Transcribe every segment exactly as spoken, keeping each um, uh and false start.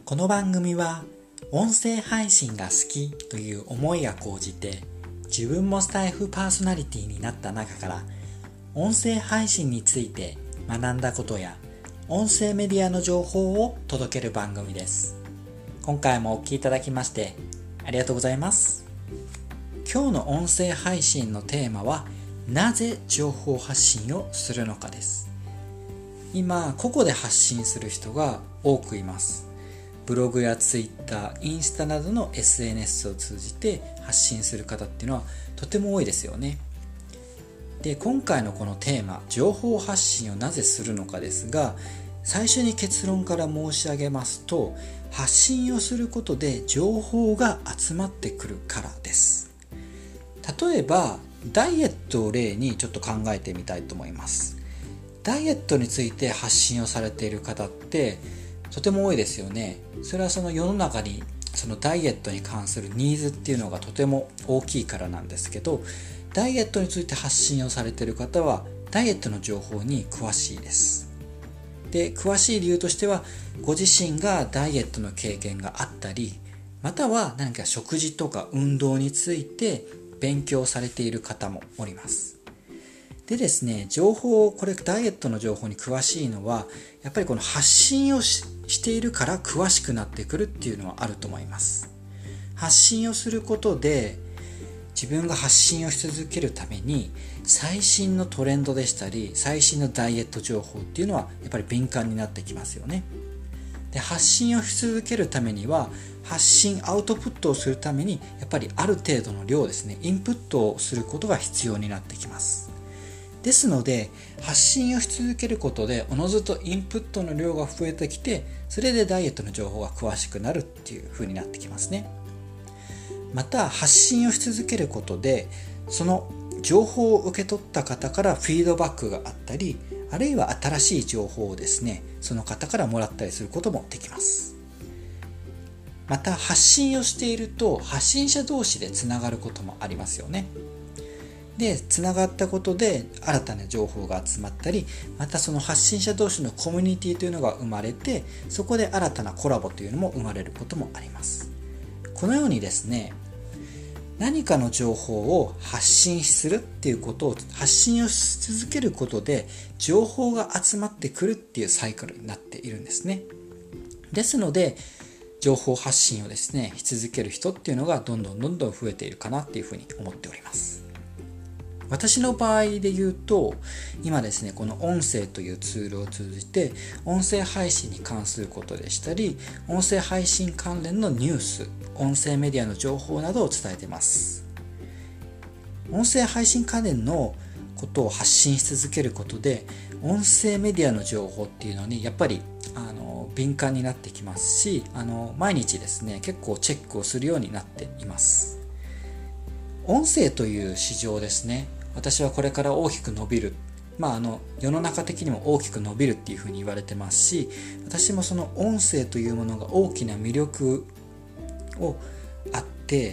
この番組は音声配信が好きという思いが高じて自分もスタイフパーソナリティになった中から音声配信について学んだことや音声メディアの情報を届ける番組です。今回もお聞きいただきましてありがとうございます。今日の音声配信のテーマはなぜ情報発信をするのかです。今個々で発信する人が多くいます。ブログやツイッター、インスタなどの エスエヌエス を通じて発信する方っていうのはとても多いですよね。で、今回のこのテーマ、情報発信をなぜするのかですが、最初に結論から申し上げますと、発信をすることで情報が集まってくるからです。例えば、ダイエットを例にちょっと考えてみたいと思います。ダイエットについて発信をされている方ってとても多いですよね。それはその世の中にそのダイエットに関するニーズっていうのがとても大きいからなんですけど、ダイエットについて発信をされている方はダイエットの情報に詳しいです。で、詳しい理由としてはご自身がダイエットの経験があったり、または何か食事とか運動について勉強されている方もおります。でですね、情報、これダイエットの情報に詳しいのは、やっぱりこの発信を し, しているから詳しくなってくるっていうのはあると思います。発信をすることで、自分が発信をし続けるために、最新のトレンドでしたり、最新のダイエット情報っていうのはやっぱり敏感になってきますよね。で、発信をし続けるためには、発信、アウトプットをするために、やっぱりある程度の量ですね、インプットをすることが必要になってきます。ですので、発信をし続けることでおのずとインプットの量が増えてきて、それでダイエットの情報が詳しくなるっていう風になってきますね。また、発信をし続けることで、その情報を受け取った方からフィードバックがあったり、あるいは新しい情報をですね、その方からもらったりすることもできます。また、発信をしていると発信者同士でつながることもありますよね。で、つながったことで新たな情報が集まったり、またその発信者同士のコミュニティというのが生まれて、そこで新たなコラボというのも生まれることもあります。このようにですね、何かの情報を発信するっていうことを、発信をし続けることで情報が集まってくるっていうサイクルになっているんですね。ですので、情報発信をですね、し続ける人っていうのがどんどんどんどん増えているかなっていうふうに思っております。私の場合で言うと、今ですね、この音声というツールを通じて音声配信に関することでしたり、音声配信関連のニュース、音声メディアの情報などを伝えています。音声配信関連のことを発信し続けることで、音声メディアの情報っていうのにやっぱりあの敏感になってきますし、あの毎日ですね、結構チェックをするようになっています。音声という市場ですね、私はこれから大きく伸びる、まあ、あの世の中的にも大きく伸びるっていうふうに言われてますし、私もその音声というものが大きな魅力をあって、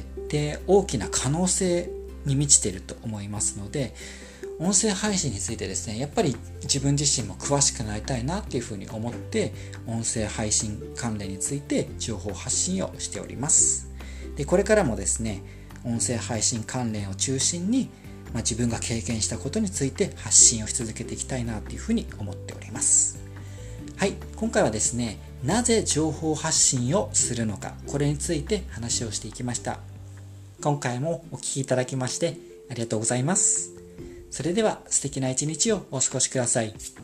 で大きな可能性に満ちていると思いますので、音声配信についてですね、やっぱり自分自身も詳しくなりたいなっていうふうに思って、音声配信関連について情報発信をしております。で、これからもですね、音声配信関連を中心に、まあ、自分が経験したことについて発信をし続けていきたいなというふうに思っております。はい、今回はですね、なぜ情報発信をするのか、これについて話をしていきました。今回もお聞きいただきましてありがとうございます。それでは素敵な一日をお過ごしください。